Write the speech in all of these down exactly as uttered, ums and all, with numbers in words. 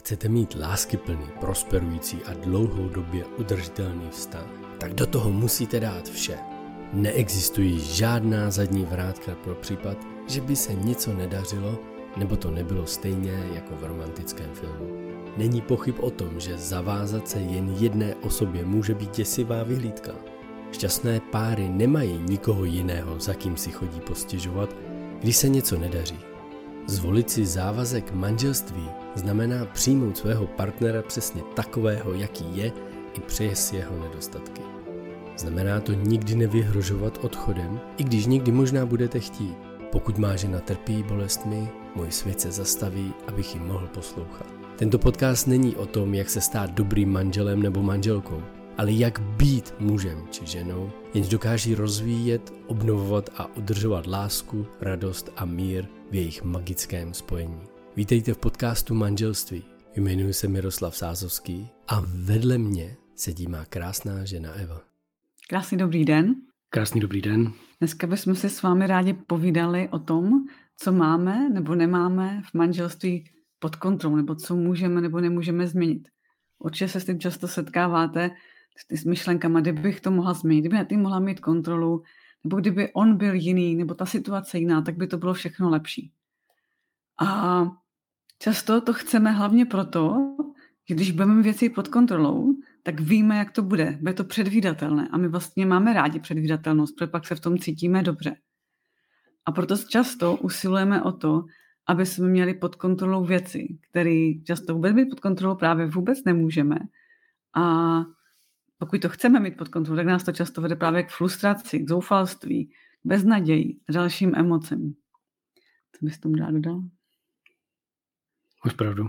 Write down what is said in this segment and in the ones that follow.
Chcete mít láskyplný, prosperující a dlouhodobě udržitelný vztah, tak do toho musíte dát vše. Neexistují žádná zadní vrátka pro případ, že by se něco nedařilo, nebo to nebylo stejně jako v romantickém filmu. Není pochyb o tom, že zavázat se jen jedné osobě může být děsivá vyhlídka. Šťastné páry nemají nikoho jiného, za kým si chodí postěžovat, když se něco nedaří. Zvolit si závazek manželství znamená přijmout svého partnera přesně takového, jaký je, i přes jeho nedostatky. Znamená to nikdy nevyhrožovat odchodem, i když někdy možná budete chtít. Pokud má žena trpí bolestmi, můj svět se zastaví, abych ji mohl poslouchat. Tento podcast není o tom, jak se stát dobrým manželem nebo manželkou, ale jak být mužem či ženou, jenž dokáží rozvíjet, obnovovat a udržovat lásku, radost a mír v jejich magickém spojení. Vítejte v podcastu Manželství. Jmenuji se Miroslav Sázovský a vedle mě sedí má krásná žena Eva. Krásný dobrý den. Krásný dobrý den. Dneska bychom si s vámi rádi povídali o tom, co máme nebo nemáme v manželství pod kontrolou, nebo co můžeme nebo nemůžeme změnit. Určitě se s tím často setkáváte s myšlenkama, kdybych to mohla změnit, kdyby na tím mohla mít kontrolu, nebo kdyby on byl jiný, nebo ta situace jiná, tak by to bylo všechno lepší. A často to chceme hlavně proto, že když budeme mít věci pod kontrolou, tak víme, jak to bude. Bude to předvídatelné. A my vlastně máme rádi předvídatelnost, protože pak se v tom cítíme dobře. A proto často usilujeme o to, aby jsme měli pod kontrolou věci, které často vůbec mít pod kontrolou právě vůbec nemůžeme. A pokud to chceme mít pod kontrolou, tak nás to často vede právě k frustraci, k zoufalství, k beznaději a dalším emocím. Co bys tomu rád dodal? Máš pravdu.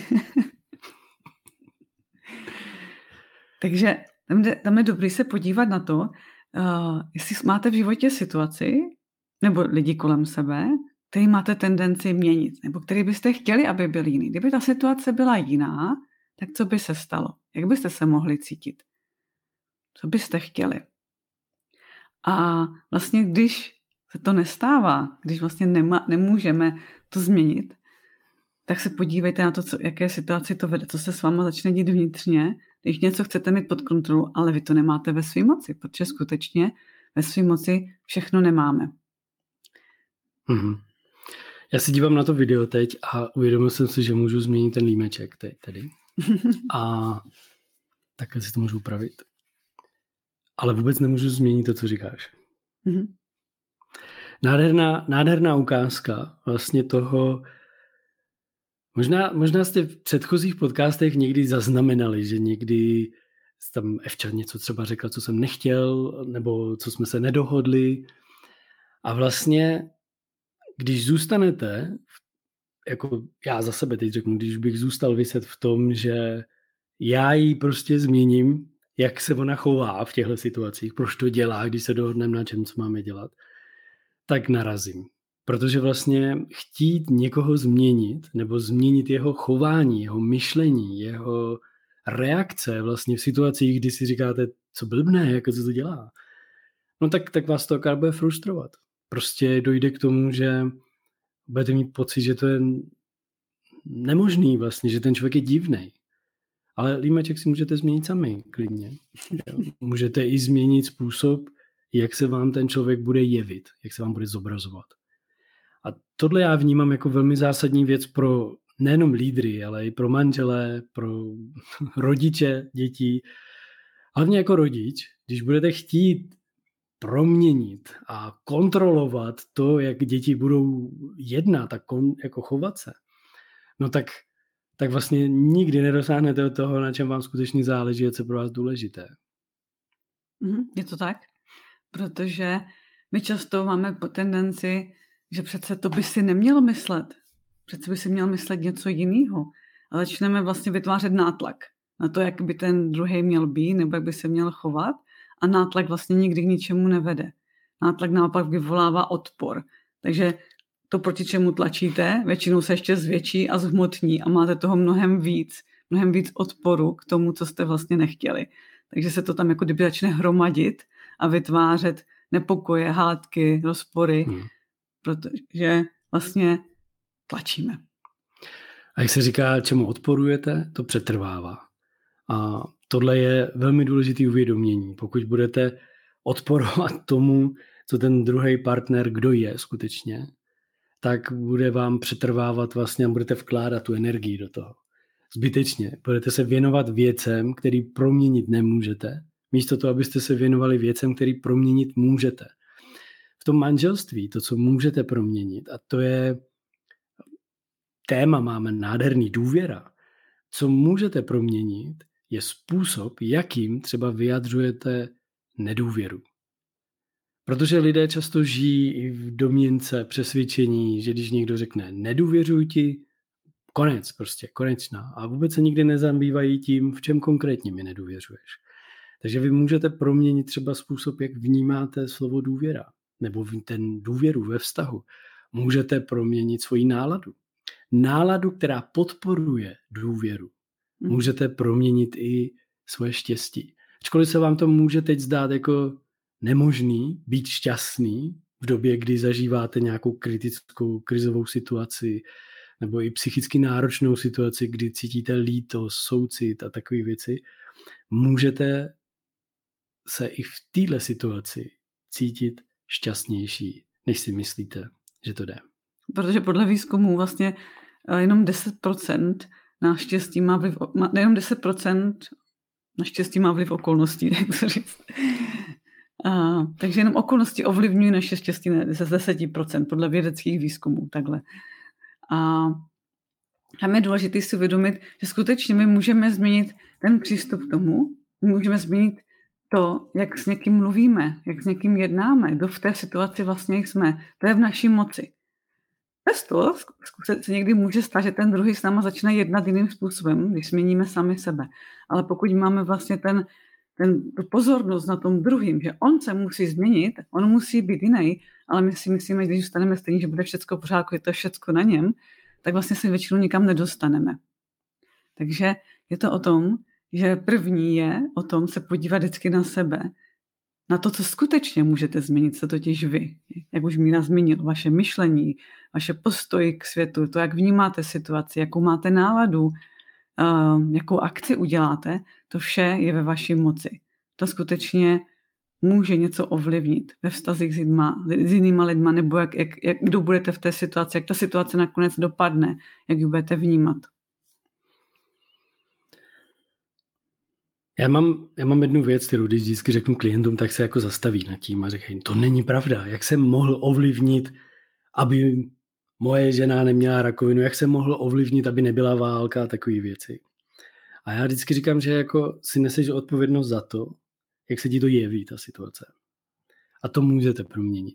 Takže tam, jde, tam je dobrý se podívat na to, uh, jestli máte v životě situaci, nebo lidi kolem sebe, který máte tendenci měnit, nebo který byste chtěli, aby byl jiný. Kdyby ta situace byla jiná, tak co by se stalo? Jak byste se mohli cítit? Co byste chtěli? A vlastně, když se to nestává, když vlastně nema, nemůžeme to změnit, tak se podívejte na to, co, jaké situaci to vede, co se s váma začne dít vnitřně, když něco chcete mít pod kontrolou, ale vy to nemáte ve své moci, protože skutečně ve své moci všechno nemáme. Mm-hmm. Já si dívám na to video teď a uvědomil jsem si, že můžu změnit ten límeček teď, tady. A takhle si to můžu upravit. Ale vůbec nemůžu změnit to, co říkáš. Mm-hmm. Nádherná, nádherná ukázka vlastně toho. Možná, možná jste v předchozích podcastech někdy zaznamenali, že někdy tam Evča něco třeba řekla, co jsem nechtěl, nebo co jsme se nedohodli. A vlastně, když zůstanete, jako já za sebe teď řeknu, když bych zůstal viset v tom, že já ji prostě změním, jak se ona chová v těchto situacích, proč to dělá, když se dohodneme na čem, co máme dělat, tak narazím. Protože vlastně chtít někoho změnit nebo změnit jeho chování, jeho myšlení, jeho reakce vlastně v situacích, kdy si říkáte, co blbne, jako co to dělá, no tak, tak vás to akorát bude frustrovat. Prostě dojde k tomu, že budete mít pocit, že to je nemožný vlastně, že ten člověk je divnej. Ale límeček si můžete změnit sami, klidně. Můžete i změnit způsob, jak se vám ten člověk bude jevit, jak se vám bude zobrazovat. A tohle já vnímám jako velmi zásadní věc pro nejenom lídry, ale i pro manžele, pro rodiče dětí. Hlavně jako rodič, když budete chtít proměnit a kontrolovat to, jak děti budou jednat a kon, jako chovat se, no tak, tak vlastně nikdy nedosáhnete od toho, na čem vám skutečně záleží, co je pro vás důležité. Je to tak? Protože my často máme tendenci, že přece to by si neměl myslet. Přece by si měl myslet něco jiného. A začneme vlastně vytvářet nátlak na to, jak by ten druhý měl být, nebo jak by se měl chovat. A nátlak vlastně nikdy k ničemu nevede. Nátlak naopak vyvolává odpor. Takže to, proti čemu tlačíte, většinou se ještě zvětší a zhmotní a máte toho mnohem víc. Mnohem víc odporu k tomu, co jste vlastně nechtěli. Takže se to tam jako kdyby začne hromadit a vytvářet nepokoje, hádky, rozpory, hmm. protože vlastně tlačíme. A jak se říká, čemu odporujete, to přetrvává. A tohle je velmi důležité uvědomění. Pokud budete odporovat tomu, co ten druhý partner, kdo je skutečně, tak bude vám přetrvávat vlastně a budete vkládat tu energii do toho. Zbytečně. Budete se věnovat věcem, který proměnit nemůžete, místo toho, abyste se věnovali věcem, který proměnit můžete. V tom manželství to, co můžete proměnit, a to je téma, máme nádherný důvěra, co můžete proměnit, je způsob, jakým třeba vyjadřujete nedůvěru. Protože lidé často žijí i v domněnce přesvědčení, že když někdo řekne nedůvěřuji ti, konec prostě, konečná. A vůbec se nikdy nezabývají tím, v čem konkrétně mi nedůvěřuješ. Takže vy můžete proměnit třeba způsob, jak vnímáte slovo důvěra, nebo ten důvěru ve vztahu. Můžete proměnit svoji náladu. Náladu, která podporuje důvěru. Můžete proměnit i svoje štěstí. Ačkoliv se vám to může teď zdát jako nemožný být šťastný v době, kdy zažíváte nějakou kritickou, krizovou situaci nebo i psychicky náročnou situaci, kdy cítíte lítost, soucit a takové věci, můžete se i v této situaci cítit šťastnější, než si myslíte, že to jde. Protože podle výzkumu vlastně jenom deset procent na štěstí má vliv, nejenom deset procent na štěstí má vliv okolností, jak se říct. A, takže jenom okolnosti ovlivňují naše štěstí z deset procent podle vědeckých výzkumů. Takhle. A tam je důležité si uvědomit, že skutečně my můžeme změnit ten přístup k tomu, můžeme změnit to, jak s někým mluvíme, jak s někým jednáme, kdo v té situaci vlastně jsme. To je v naší moci. Přesto se někdy může stát, že ten druhý s náma začne jednat jiným způsobem, když změníme sami sebe. Ale pokud máme vlastně ten, ten, tu pozornost na tom druhým, že on se musí změnit, on musí být jiný, ale my si myslíme, že když zůstaneme stejně, že bude všecko pořádku, je to všecko na něm, tak vlastně se většinou nikam nedostaneme. Takže je to o tom, že první je o tom se podívat vždycky na sebe, na to, co skutečně můžete změnit, se totiž vy. Jak už Míra zmínil, vaše myšlení, vaše postoj k světu, to, jak vnímáte situaci, jakou máte náladu, uh, jakou akci uděláte, to vše je ve vaší moci. To skutečně může něco ovlivnit ve vztazích s, lidma, s jinýma lidma, nebo jak, jak, jak, kdo budete v té situaci, jak ta situace nakonec dopadne, jak ji budete vnímat. Já mám, já mám jednu věc, kterou když vždycky řeknu klientům, tak se jako zastaví nad tím a říkají, to není pravda, jak jsem mohl ovlivnit, aby moje žena neměla rakovinu, jak jsem mohl ovlivnit, aby nebyla válka a takové věci. A já vždycky říkám, že jako si neseš odpovědnost za to, jak se ti to jeví, ta situace. A to můžete proměnit.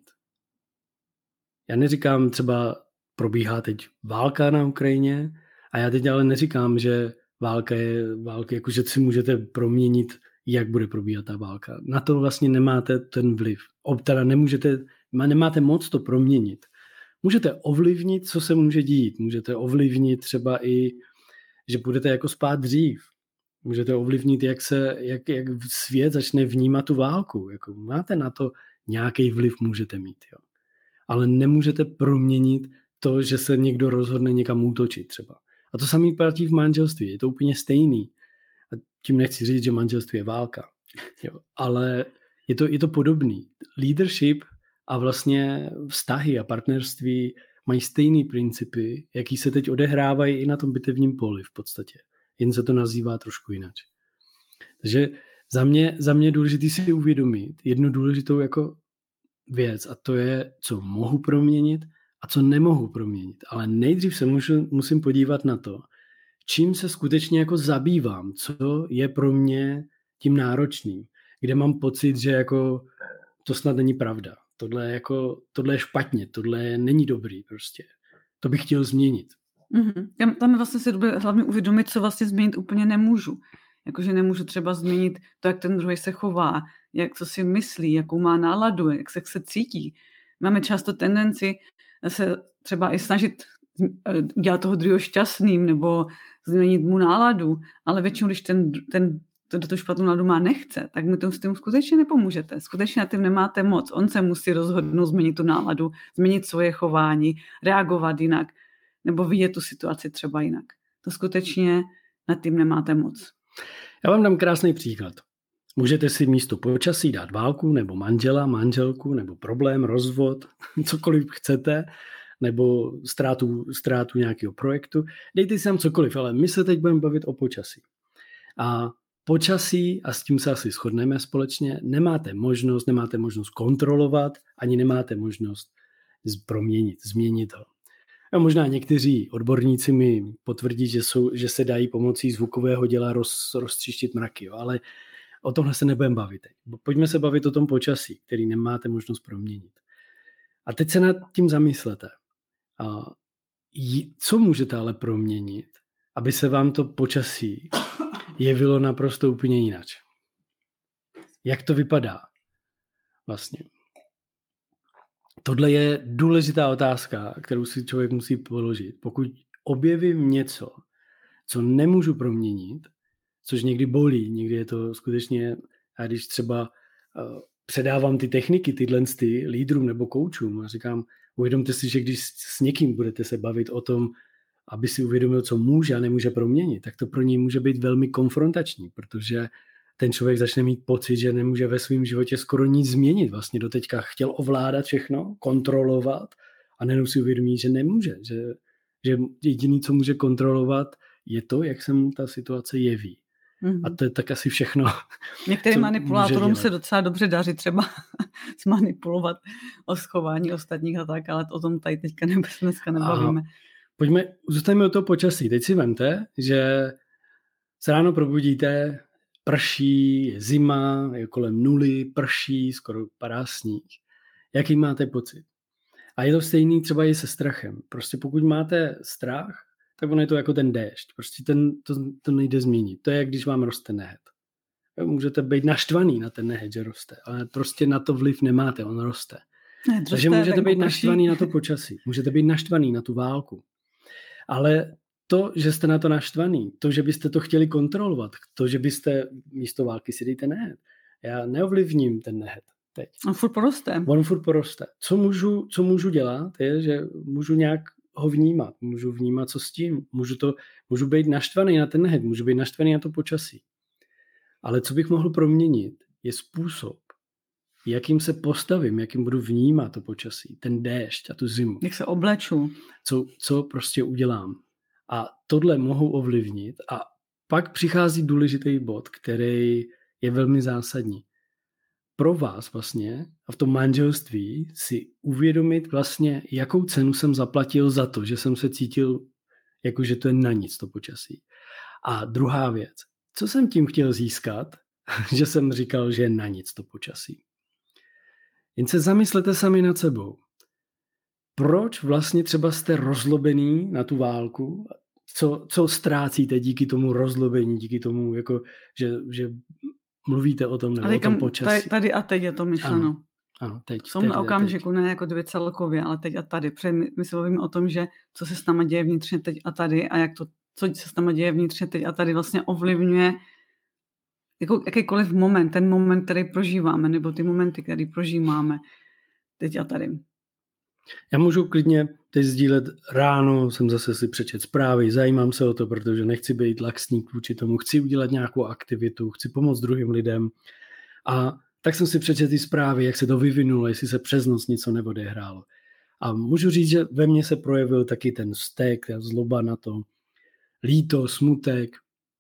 Já neříkám třeba, probíhá teď válka na Ukrajině a já teď ale neříkám, že válka je válka, jakože si můžete proměnit, jak bude probíhat ta válka. Na to vlastně nemáte ten vliv. Teda nemůžete, nemáte moc to proměnit. Můžete ovlivnit, co se může dít. Můžete ovlivnit třeba i, že budete jako spát dřív. Můžete ovlivnit, jak se, jak, jak svět začne vnímat tu válku. Jako máte na to nějaký vliv, můžete mít. Jo. Ale nemůžete proměnit to, že se někdo rozhodne někam útočit třeba. A to samé platí v manželství. Je to úplně stejný. A tím nechci říct, že manželství je válka. Jo. Ale je to, je to podobný. Leadership a vlastně vztahy a partnerství mají stejné principy, jaký se teď odehrávají i na tom bitevním poli v podstatě. Jen se to nazývá trošku jinak. Takže za mě, za mě je důležité si uvědomit jednu důležitou jako věc a to je, co mohu proměnit a co nemohu proměnit. Ale nejdřív se můžu, musím podívat na to, čím se skutečně jako zabývám, co je pro mě tím náročným, kde mám pocit, že jako to snad není pravda. Tohle je, jako, tohle je špatně, tohle není dobrý prostě. To bych chtěl změnit. Mm-hmm. Tam je vlastně si dobře hlavně uvědomit, co vlastně změnit úplně nemůžu. Jakože nemůžu třeba změnit to, jak ten druhý se chová, jak co si myslí, jakou má náladu, jak se, jak se cítí. Máme často tendenci se třeba i snažit dělat toho druhého šťastným nebo změnit mu náladu, ale většinou, když ten, ten to do toho špatnou náladu má nechce, tak mi to s tím skutečně nepomůžete. Skutečně na tím nemáte moc. On se musí rozhodnout změnit tu náladu, změnit svoje chování, reagovat jinak. nebo vidět tu situaci třeba jinak. To skutečně nad tím nemáte moc. Já vám dám krásný příklad. Můžete si místo počasí dát válku, nebo manžela, manželku, nebo problém, rozvod, cokoliv chcete, nebo ztrátu, ztrátu nějakého projektu. Dejte si tam cokoliv, ale my se teď budeme bavit o počasí. A počasí, a s tím se asi shodneme společně, nemáte možnost, nemáte možnost kontrolovat, ani nemáte možnost proměnit, změnit ho. A možná někteří odborníci mi potvrdí, že, jsou, že se dají pomocí zvukového děla roz, roztříštit mraky, jo, ale o tomhle se nebudeme bavit. Pojďme se bavit o tom počasí, který nemáte možnost proměnit. A teď se nad tím zamyslete. A co můžete ale proměnit, aby se vám to počasí jevilo naprosto úplně jinak? Jak to vypadá vlastně? Tohle je důležitá otázka, kterou si člověk musí položit. Pokud objevím něco, co nemůžu proměnit, což někdy bolí, někdy je to skutečně, a když třeba uh, předávám ty techniky, tyhle ty lídrům nebo koučům a říkám, uvědomte si, že když s někým budete se bavit o tom, aby si uvědomil, co může a nemůže proměnit, tak to pro něj může být velmi konfrontační, protože ten člověk začne mít pocit, že nemůže ve svém životě skoro nic změnit. Vlastně doteďka chtěl ovládat všechno, kontrolovat a najednou si uvědomí, že nemůže. Že, že jediný, co může kontrolovat, je to, jak se mu ta situace jeví. Mm-hmm. A to je tak asi všechno. Některým manipulátorům se docela dobře daří třeba zmanipulovat o schování ostatních a tak, ale o tom tady teďka ne, dneska nebavíme. Aha. Pojďme, zůstaňme o toho počasí. Teď si vemte, že se ráno probudíte, prší, je zima, je kolem nuly, prší, skoro padá sníh. Jaký máte pocit? A je to stejný třeba i se strachem. Prostě pokud máte strach, tak ono je to jako ten déšť. Prostě ten, to, to nejde změnit. To je, jak když vám roste nehet. Můžete být naštvaný na ten nehet, že roste, ale prostě na to vliv nemáte, on roste. Ne, Takže můžete tak být naštvaný na to počasí, můžete být naštvaný na tu válku. Ale to, že jste na to naštvaný, to, že byste to chtěli kontrolovat, to, že byste místo války si dejte nehet. Já neovlivním ten nehet teď. On furt poroste. On furt poroste. Co můžu, co můžu dělat, je, že můžu nějak ho vnímat. Můžu vnímat, co s tím. Můžu, to, můžu být naštvaný na ten nehet, můžu být naštvaný na to počasí. Ale co bych mohl proměnit, je způsob, jakým se postavím, jakým budu vnímat to počasí, ten déšť a tu zimu. Jak se obleču. Co, co prostě udělám. A tohle mohu ovlivnit a pak přichází důležitý bod, který je velmi zásadní. Pro vás vlastně a v tom manželství si uvědomit vlastně, jakou cenu jsem zaplatil za to, že jsem se cítil, jako že to je na nic to počasí. A druhá věc, co jsem tím chtěl získat, že jsem říkal, že je na nic to počasí. Jen se zamyslete sami nad sebou. Proč vlastně třeba jste rozlobený na tu válku? Co, co ztrácíte díky tomu rozlobení, díky tomu, jako, že, že mluvíte o tom nebo o tom počasí? Tady a teď je to myšleno. Ano, ano, teď. Jsou na okamžiku, ne jako dvě celkově, ale teď a tady. Protože my, my se bavíme o tom, že co se s náma děje vnitřně teď a tady a jak to, co se s náma děje vnitřně teď a tady vlastně ovlivňuje jako jakýkoliv moment, ten moment, který prožíváme, nebo ty momenty, které prožíváme teď a tady. Já můžu klidně teď sdílet ráno, jsem zase si přečet zprávy, zajímám se o to, protože nechci být laxník vůči tomu, chci udělat nějakou aktivitu, chci pomoct druhým lidem. A tak jsem si přečet ty zprávy, jak se to vyvinulo, jestli se přes noc něco neodehrálo. A můžu říct, že ve mně se projevil taky ten vztek, ta zloba na to, líto, smutek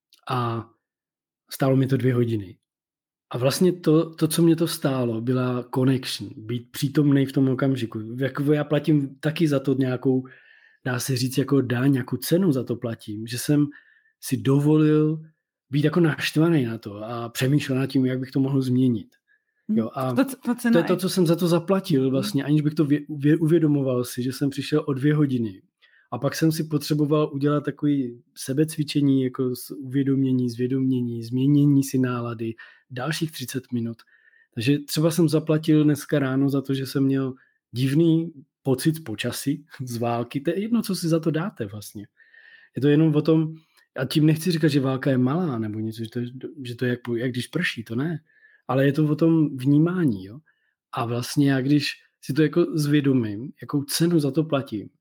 a stálo mi to dvě hodiny. A vlastně to, to, co mě to stálo, byla connection, být přítomný v tom okamžiku. Jako já platím taky za to nějakou, dá se říct, jako daň, nějakou cenu za to platím, že jsem si dovolil být jako naštvaný na to a přemýšlel nad tím, jak bych to mohl změnit. Jo, a to, to, to je to, co jsem za to zaplatil vlastně, aniž bych to vě, vě, uvědomoval si, že jsem přišel o dvě hodiny. A pak jsem si potřeboval udělat takový sebecvičení, jako uvědomění, zvědomění, změnění si nálady, dalších třicet minut. Takže třeba jsem zaplatil dneska ráno za to, že jsem měl divný pocit z počasí, z války. To je jedno, co si za to dáte vlastně. Je to jenom o tom, a tím nechci říkat, že válka je malá, nebo něco, že to, že to je jak, jak když prší, to ne. Ale je to o tom vnímání. Jo? A vlastně já, když si to jako zvědomím, jakou cenu za to platím,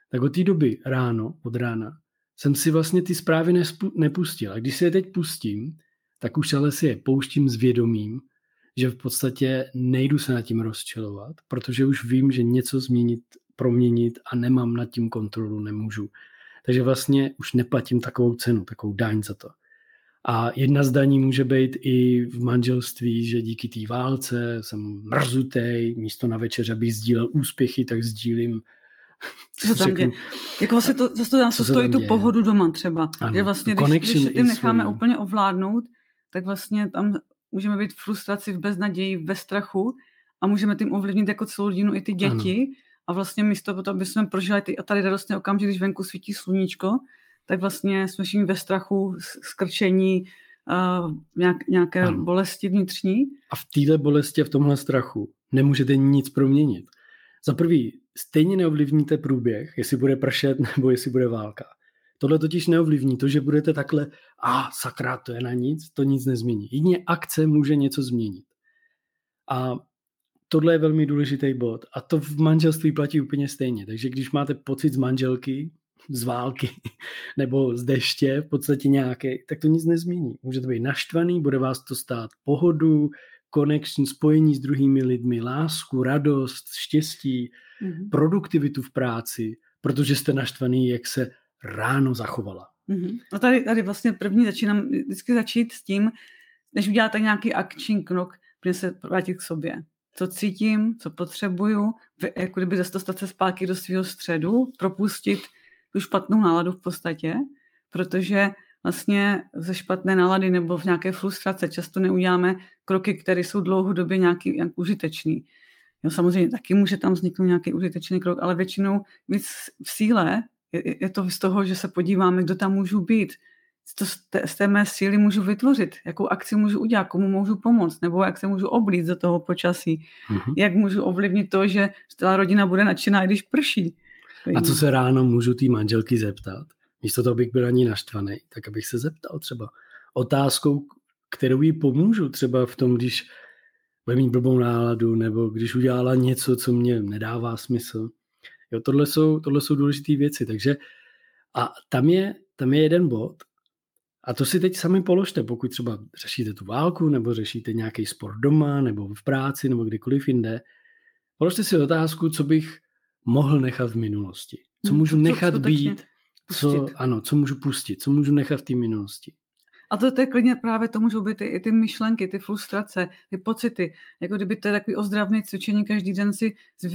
tak od té doby ráno, od rána, jsem si vlastně ty zprávy nespu, nepustil. A když si je teď pustím, tak už ale si je pouštím s vědomím, že v podstatě nejdu se nad tím rozčilovat, protože už vím, že něco změnit, proměnit a nemám nad tím kontrolu, nemůžu. Takže vlastně už neplatím takovou cenu, takovou daň za to. A jedna z daní může být i v manželství, že díky té válce jsem mrzutej, místo na večeř, abych sdílel úspěchy, tak sdílím. Co tam děje? Jako vlastně to, zase to nám stojí tu pohodu doma třeba. Ano, že vlastně, když, když ty necháme svůj... úplně ovládnout, tak vlastně tam můžeme být v frustraci, v beznaději, ve strachu a můžeme tím ovlivnit jako celou rodinu i ty děti. Ano. A vlastně místo toho, aby jsme prožili ty, a tady radostný okamžik, když venku svítí sluníčko, tak vlastně jsme všichni ve strachu, skrčení, uh, nějak, nějaké ano. bolesti vnitřní. A v téhle bolesti a v tomhle strachu nemůžete nic proměnit. Za prvý, stejně neovlivníte průběh, jestli bude pršet nebo jestli bude válka. Tohle totiž neovlivní to, že budete takhle, a ah, sakra, to je na nic, to nic nezmění. Jedině akce může něco změnit. A tohle je velmi důležitý bod. A to v manželství platí úplně stejně. Takže když máte pocit z manželky, z války nebo z deště v podstatě nějaké, tak to nic nezmění. Můžete být naštvaný, bude vás to stát pohodu, connection, spojení s druhými lidmi, lásku, radost, štěstí, mm-hmm. produktivitu v práci, protože jste naštvaný, jak se ráno zachovala. Mm-hmm. A tady, tady vlastně první začínám vždycky začít s tím, než uděláte nějaký akční krok, protože se vrátit k sobě. Co cítím, co potřebuju, jako kdyby dostat se zpátky do svého středu, propustit tu špatnou náladu v podstatě, protože vlastně ze špatné nálady nebo v nějaké frustrace často neuděláme kroky, které jsou dlouhodobě nějaký, nějaký užitečný. Jo, samozřejmě taky může tam vzniknout nějaký užitečný krok, ale většinou víc v síle je, je to z toho, že se podíváme, kdo tam můžu být, co z té, z té mé síly můžu vytvořit, jakou akci můžu udělat, komu můžu pomoct, nebo jak se můžu oblít do toho počasí, mm-hmm. jak můžu ovlivnit to, že celá rodina bude nadšená, když prší. A co se ráno můžu té manželky zeptat? Místo toho, abych byl ani naštvaný, tak abych se zeptal třeba otázkou, kterou jí pomůžu třeba v tom, když bude mít blbou náladu, nebo když udělala něco, co mě nedává smysl. Jo, tohle jsou, tohle jsou důležité věci. Takže a tam je, tam je jeden bod, a to si teď sami položte, pokud třeba řešíte tu válku, nebo řešíte nějaký spor doma, nebo v práci, nebo kdykoliv jinde. Položte si otázku, co bych mohl nechat v minulosti. Co můžu nechat co, co být, co, ano, co můžu pustit, co můžu nechat v té minulosti. A to, to je klidně právě to můžou být i ty myšlenky, ty frustrace, ty pocity. Jako kdyby to je takový ozdravné cvičení, každý den si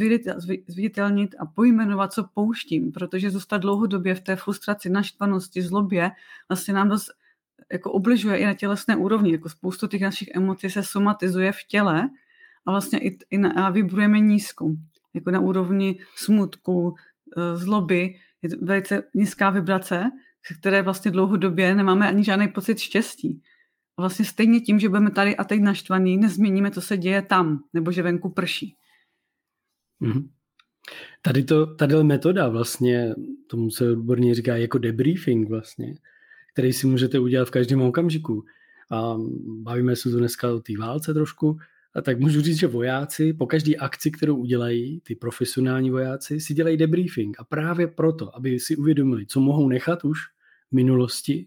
zviditelnit a pojmenovat, co pouštím, protože zůstat dlouhodobě v té frustraci, naštvanosti, zlobě vlastně nám dost jako obližuje i na tělesné úrovni. Jako spoustu těch našich emocí se somatizuje v těle a vlastně i, i na, a vibrujeme nízko. Jako na úrovni smutku, zloby, je velice nízká vibrace, které vlastně dlouhodobě nemáme ani žádný pocit štěstí. A vlastně stejně tím, že budeme tady a teď naštvaný, nezměníme, co se děje tam, nebo že venku prší. Mm-hmm. Tady to, tadyhle metoda vlastně, tomu se odborně říká jako debriefing vlastně, který si můžete udělat v každém okamžiku. A bavíme se tu dneska o té válce trošku, a tak můžu říct, že vojáci po každé akci, kterou udělají, ty profesionální vojáci, si dělají debriefing. A právě proto, aby si uvědomili, co mohou nechat už v minulosti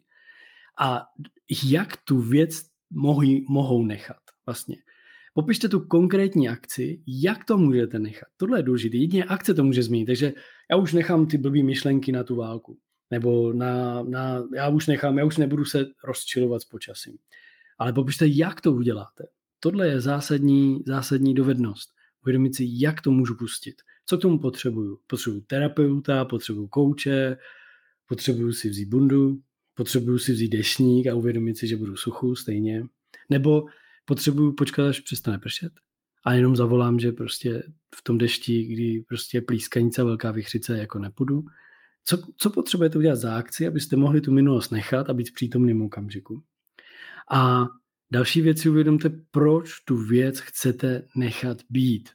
a jak tu věc mohou, mohou nechat. Vlastně. Popište tu konkrétní akci, jak to můžete nechat. Tohle je důležité. Jedině akce to může změnit. Takže já už nechám ty blbý myšlenky na tu válku. Nebo na, na, já už nechám, já už nebudu se rozčilovat s počasím. Ale popište, jak to uděláte. Tohle je zásadní, zásadní dovednost. Uvědomit si, jak to můžu pustit. Co k tomu potřebuju? Potřebuju terapeuta, potřebuju kouče, potřebuju si vzít bundu, potřebuju si vzít deštník a uvědomit si, že budu suchu stejně. Nebo potřebuju počkat, až přestane pršet. A jenom zavolám, že prostě v tom dešti, kdy prostě plískanice, velká vichřice, jako nepůjdu. Co, co potřebujete udělat za akci, abyste mohli tu minulost nechat a být v přítomném okamžiku? A další věc si uvědomte, proč tu věc chcete nechat být.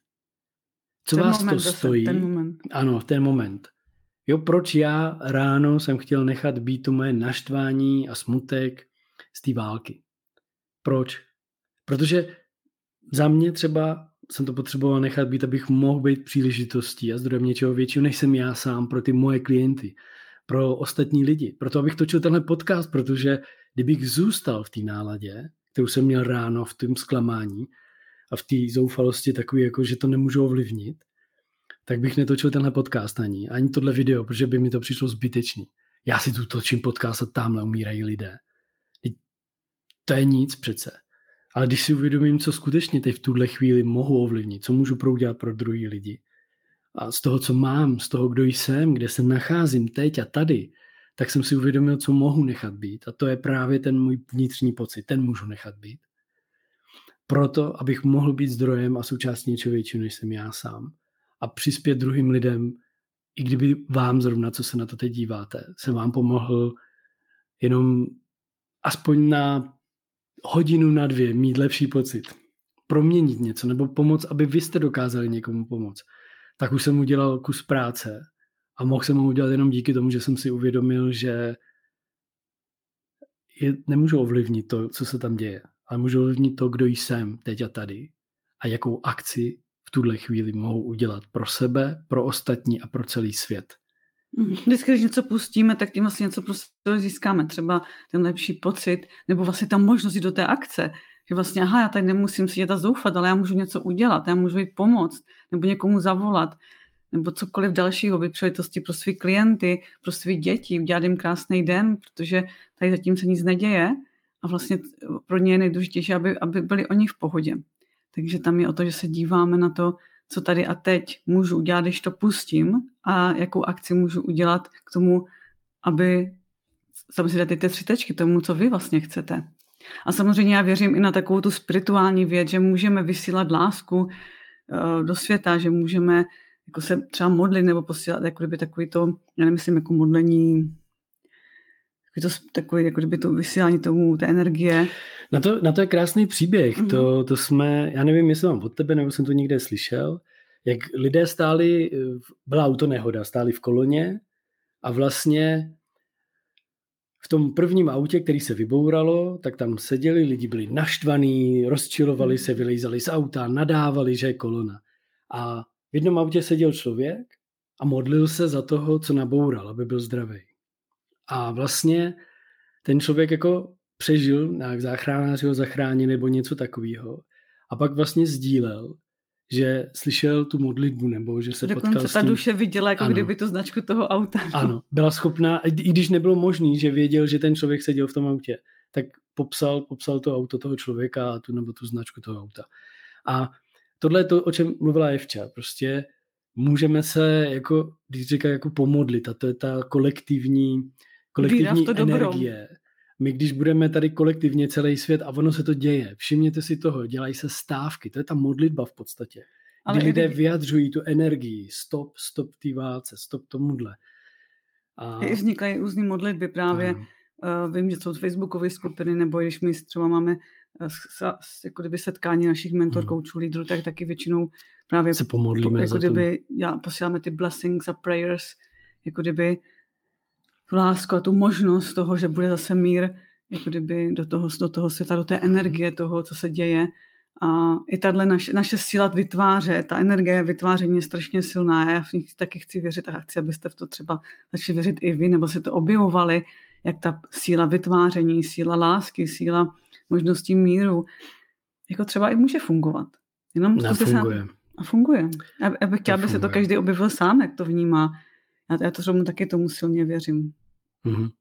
Co ten vás to stojí? Ten moment. Ano, v ten moment. Jo, proč já ráno jsem chtěl nechat být to moje naštvání a smutek z té války? Proč? Protože za mě třeba jsem to potřeboval nechat být, abych mohl být příležitostí a zdrojem něčeho většího, než jsem já sám pro ty moje klienty, pro ostatní lidi. Proto abych točil tenhle podcast, protože kdybych zůstal v té náladě, kterou jsem měl ráno v tom zklamání a v té zoufalosti takový, jako že to nemůžu ovlivnit, tak bych netočil tenhle podcast ani, ani tohle video, protože by mi to přišlo zbytečný. Já si tu točím podcast a tamhle umírají lidé. To je nic přece. Ale když si uvědomím, co skutečně teď v tuhle chvíli mohu ovlivnit, co můžu udělat pro druhý lidi, a z toho, co mám, z toho, kdo jsem, kde se nacházím teď a tady, tak jsem si uvědomil, co mohu nechat být. A to je právě ten můj vnitřní pocit, ten můžu nechat být. Proto, abych mohl být zdrojem a součástí něčeho většího, než jsem já sám. A přispět druhým lidem, i kdyby vám zrovna, co se na to teď díváte, jsem vám pomohl jenom aspoň na hodinu, na dvě mít lepší pocit. Proměnit něco, nebo pomoct, aby vy jste dokázali někomu pomoct. Tak už jsem udělal kus práce a mohl jsem ho udělat jenom díky tomu, že jsem si uvědomil, že je, nemůžu ovlivnit to, co se tam děje, ale můžu ovlivnit to, kdo jsem teď a tady a jakou akci v tuhle chvíli mohu udělat pro sebe, pro ostatní a pro celý svět. Vždycky, když něco pustíme, tak tím vlastně něco prostě získáme. Třeba ten lepší pocit, nebo vlastně ta možnost jít do té akce. Že vlastně, aha, já tady nemusím sedět a zoufat, ale já můžu něco udělat, já můžu jít pomoct, nebo někomu zavolat, nebo cokoliv dalšího, být příležitosti pro své klienty, pro své děti, udělat jim krásný den, protože tady zatím se nic neděje a vlastně pro ně je nejdůležitější, aby, aby byli oni v pohodě. Takže tam je o to, že se díváme na to, co tady a teď můžu udělat, když to pustím a jakou akci můžu udělat k tomu, aby tam si dáte ty tři tečky tomu, co vy vlastně chcete. A samozřejmě já věřím i na takovou tu spirituální věc, že můžeme vysílat lásku uh, do světa, že můžeme jako se třeba modlit nebo posílat jako kdyby takový to, já nemyslím jako modlení, takový to, takový, jako kdyby to vysílání tomu, té energie. Na to, na to je krásný příběh. Mm-hmm. To, to jsme, já nevím, jestli mám od tebe, nebo jsem to někde slyšel, jak lidé stáli, byla autonehoda, stáli v koloně a vlastně v tom prvním autě, který se vybouralo, tak tam seděli, lidi byli naštvaní, rozčilovali se, vylejzali z auta, nadávali, že je kolona. A v jednom autě seděl člověk a modlil se za toho, co naboural, aby byl zdravý. A vlastně ten člověk jako přežil, nějak záchranáři ho zachránili nebo něco takového. A pak vlastně sdílel, že slyšel tu modlitbu nebo že se dokonce potkal s tím. Ta duše viděla, jako ano. Kdyby tu značku toho auta. Ano, byla schopná, i když nebylo možný, že věděl, že ten člověk seděl v tom autě, tak popsal, popsal to auto toho člověka a tu, nebo tu značku toho auta. A tohle je to, o čem mluvila Evča. Prostě můžeme se, jako, když říká, jako pomodlit a to je ta kolektivní, kolektivní energie. My když budeme tady kolektivně celý svět a ono se to děje, všimněte si toho, dělají se stávky, to je ta modlitba v podstatě. Kdy lidé kdy... vyjadřují tu energii, stop, stop té válce, stop tomuhle. A... Vznikají různý modlitby právě. Uh, vím, že jsou facebookové skupiny, nebo když my třeba máme uh, jako kdyby setkání našich mentor, hmm. coachů, lídrů, tak taky většinou právě se pomodlíme jako kdyby já posíláme ty blessings a prayers, jako kdyby tu lásku a tu možnost toho, že bude zase mír, jako kdyby do toho, do toho světa, do té energie toho, co se děje. A i tahle naše, naše síla vytváře, ta energie vytváření je strašně silná. Já v ní taky chci věřit a chci, abyste v to třeba začali věřit i vy, nebo si to objevovali, jak ta síla vytváření, síla lásky, síla možností míru, jako třeba i může fungovat. Jenom a funguje. Sám, a funguje. Já, já bych chtěla, aby se to každý objevil sám, jak to vnímá. Já, já to tomu taky tomu silně věřím. Mm-hmm.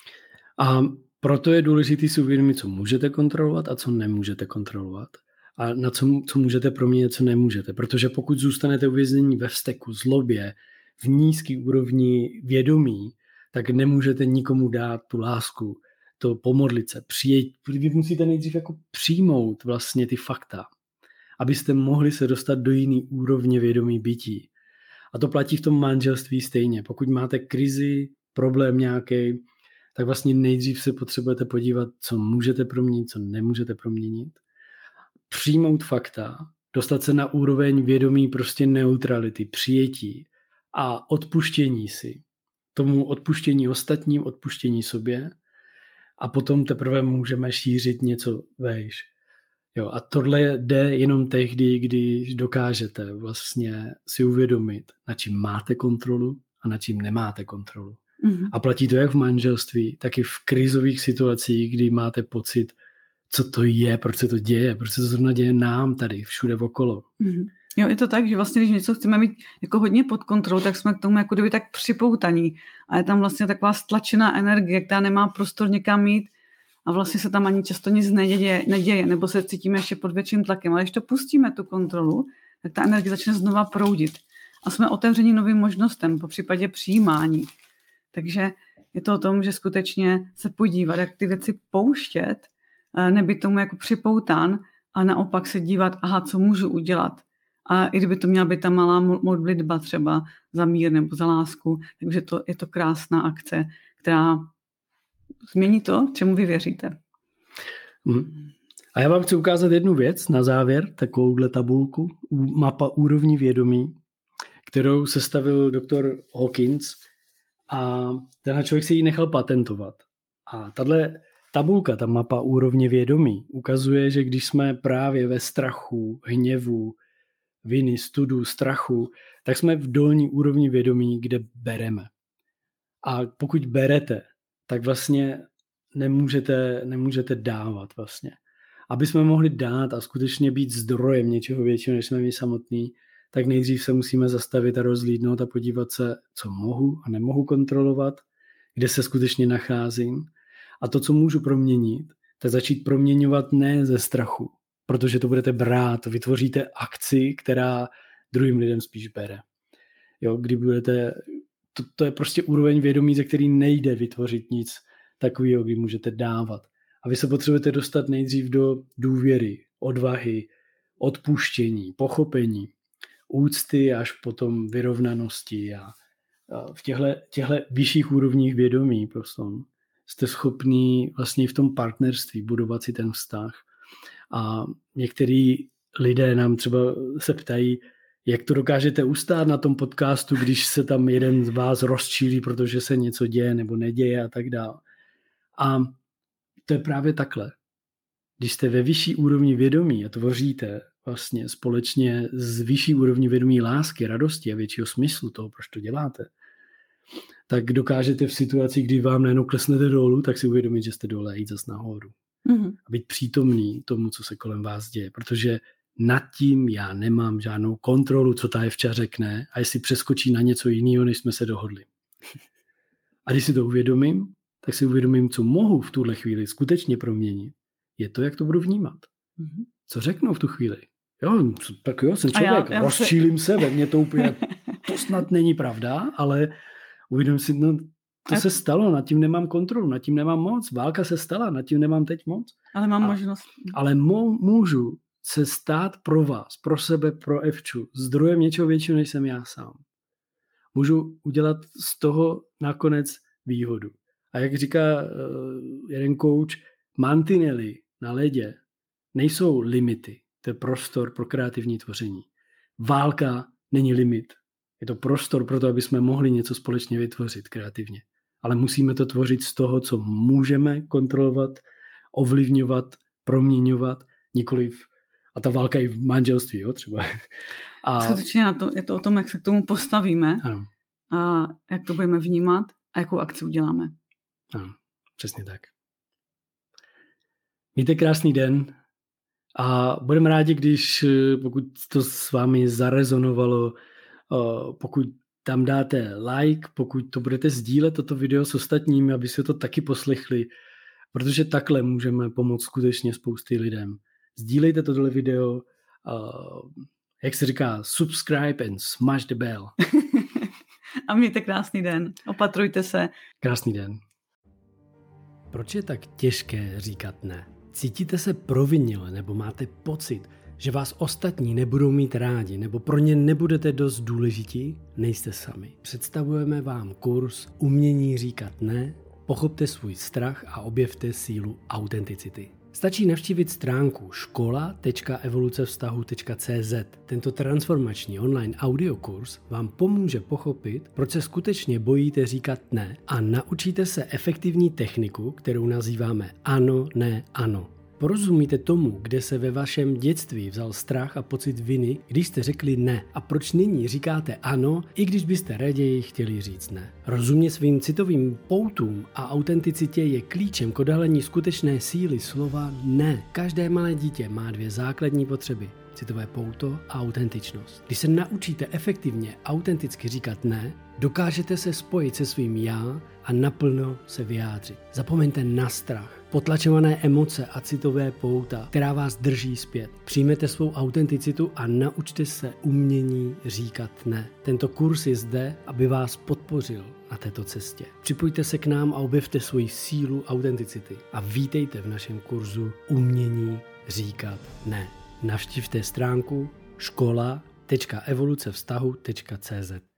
A proto je důležité si uvědomit, co můžete kontrolovat a co nemůžete kontrolovat. A na co, co můžete proměnit, co nemůžete. Protože pokud zůstanete uvěznění ve vzteku, zlobě, v nízký úrovni vědomí, tak nemůžete nikomu dát tu lásku, to pomodlit se, přijet. Vy musíte nejdřív jako přijmout vlastně ty fakta, abyste mohli se dostat do jiný úrovně vědomí bytí. A to platí v tom manželství stejně. Pokud máte krizi, problém nějaký, tak vlastně nejdřív se potřebujete podívat, co můžete proměnit, co nemůžete proměnit. Přijmout fakta, dostat se na úroveň vědomí prostě neutrality, přijetí a odpuštění si. Tomu odpuštění ostatním, odpuštění sobě a potom teprve můžeme šířit něco vejš. Jo, a tohle jde jenom tehdy, když dokážete vlastně si uvědomit, na čím máte kontrolu a na čím nemáte kontrolu. Mm-hmm. A platí to jak v manželství, tak i v krizových situacích, kdy máte pocit, co to je, proč se to děje, proč se to zrovna děje nám tady, všude okolo. Mm-hmm. Jo, je to tak, že vlastně, když něco chceme mít jako hodně pod kontrolou, tak jsme k tomu jako kdyby tak připoutaní. A je tam vlastně taková stlačená energie, která nemá prostor někam jít a vlastně se tam ani často nic neděje, neděje nebo se cítíme ještě pod větším tlakem. Ale když to pustíme, tu kontrolu, tak ta energie začne znova proudit. A jsme otevřeni novým možnostem, po případě přijímání. Takže je to o tom, že skutečně se podívat, jak ty věci pouštět, nebyt tomu jako připoután a naopak se dívat, aha, co můžu udělat. A i kdyby to měla být ta malá modlitba třeba za mír nebo za lásku, takže to, je to krásná akce, která změní to, čemu vy věříte. Mm. A já vám chci ukázat jednu věc na závěr, takovouhle tabulku, mapa úrovní vědomí, kterou sestavil doktor Hawkins a tenhle člověk si ji nechal patentovat. A tahle tabulka, ta mapa úrovně vědomí, ukazuje, že když jsme právě ve strachu, hněvu, viny, studu, strachu, tak jsme v dolní úrovni vědomí, kde bereme. A pokud berete, tak vlastně nemůžete, nemůžete dávat vlastně. Aby jsme mohli dát a skutečně být zdrojem něčeho většího, než jsme my samotní, tak nejdřív se musíme zastavit a rozhlídnout a podívat se, co mohu a nemohu kontrolovat, kde se skutečně nacházím. A to, co můžu proměnit, tak začít proměňovat ne ze strachu, protože to budete brát, vytvoříte akci, která druhým lidem spíš bere. Jo, kdy budete, to, to je prostě úroveň vědomí, ze který nejde vytvořit nic takového, kdy můžete dávat. A vy se potřebujete dostat nejdřív do důvěry, odvahy, odpuštění, pochopení, úcty až potom vyrovnanosti. A, a v těchto vyšších úrovních vědomí prostě jste schopní vlastně v tom partnerství budovat si ten vztah. A některý lidé nám třeba se ptají, jak to dokážete ustát na tom podcastu, když se tam jeden z vás rozčílí, protože se něco děje nebo neděje a tak dále. A to je právě takhle. Když jste ve vyšší úrovni vědomí a tvoříte vlastně společně z vyšší úrovni vědomí lásky, radosti a většího smyslu toho, proč to děláte, tak dokážete v situaci, kdy vám najednou klesnete dolů, tak si uvědomit, že jste dole a jít zas nahoru. Mm-hmm. A být přítomný tomu, co se kolem vás děje. Protože nad tím já nemám žádnou kontrolu, co ta Evča řekne a jestli přeskočí na něco jiného, než jsme se dohodli. A když si to uvědomím, tak si uvědomím, co mohu v tuhle chvíli skutečně proměnit. Je to, jak to budu vnímat. Mm-hmm. Co řeknu v tu chvíli? Jo, tak jo, jsem člověk, já, já rozčílím se, ve mně to úplně, to snad není pravda, ale uvědomím si, no, to se stalo, nad tím nemám kontrolu, nad tím nemám moc, válka se stala, nad tím nemám teď moc. Ale mám a, možnost. Ale mo, můžu se stát pro vás, pro sebe, pro Evču, zdrojem něčeho většího, než jsem já sám. Můžu udělat z toho nakonec výhodu. A jak říká uh, jeden coach, mantinely na ledě nejsou limity, to je prostor pro kreativní tvoření. Válka není limit. Je to prostor pro to, aby jsme mohli něco společně vytvořit kreativně. Ale musíme to tvořit z toho, co můžeme kontrolovat, ovlivňovat, proměňovat, nikoliv. A ta válka i v manželství, jo, třeba. A skutečně na to, je to o tom, jak se k tomu postavíme, ano. A jak to budeme vnímat a jakou akci uděláme. Ano, přesně tak. Mějte krásný den a budeme rádi, když pokud to s vámi zarezonovalo, pokud tam dáte like, pokud to budete sdílet toto video s ostatními, aby si to taky poslechli, protože takhle můžeme pomoct skutečně spousty lidem. Sdílejte tohle video, jak se říká, subscribe and smash the bell. A mějte krásný den. Opatrujte se. Krásný den. Proč je tak těžké říkat ne? Cítíte se provinile nebo máte pocit, že vás ostatní nebudou mít rádi nebo pro ně nebudete dost důležití? Nejste sami. Představujeme vám kurz Umění říkat ne, pochopte svůj strach a objevte sílu autenticity. Stačí navštívit stránku škola tečka evolucevztahu tečka cé zet. Tento transformační online audiokurs vám pomůže pochopit, proč se skutečně bojíte říkat ne a naučíte se efektivní techniku, kterou nazýváme ano, ne, ano. porozumíte tomu, kde se ve vašem dětství vzal strach a pocit viny, když jste řekli ne a proč nyní říkáte ano, i když byste raději chtěli říct ne. Rozumět svým citovým poutům a autenticitě je klíčem k odhalení skutečné síly slova ne. Každé malé dítě má dvě základní potřeby. Citové pouto a autentičnost. Když se naučíte efektivně autenticky říkat ne, dokážete se spojit se svým já a naplno se vyjádřit. Zapomeňte na strach, potlačované emoce a citové pouta, která vás drží zpět. Přijměte svou autenticitu a naučte se umění říkat ne. Tento kurz je zde, aby vás podpořil na této cestě. Připojte se k nám a objevte svoji sílu autenticity a vítejte v našem kurzu Umění říkat ne. Navštivte stránku škola tečka evoluce vztahu tečka cé zet.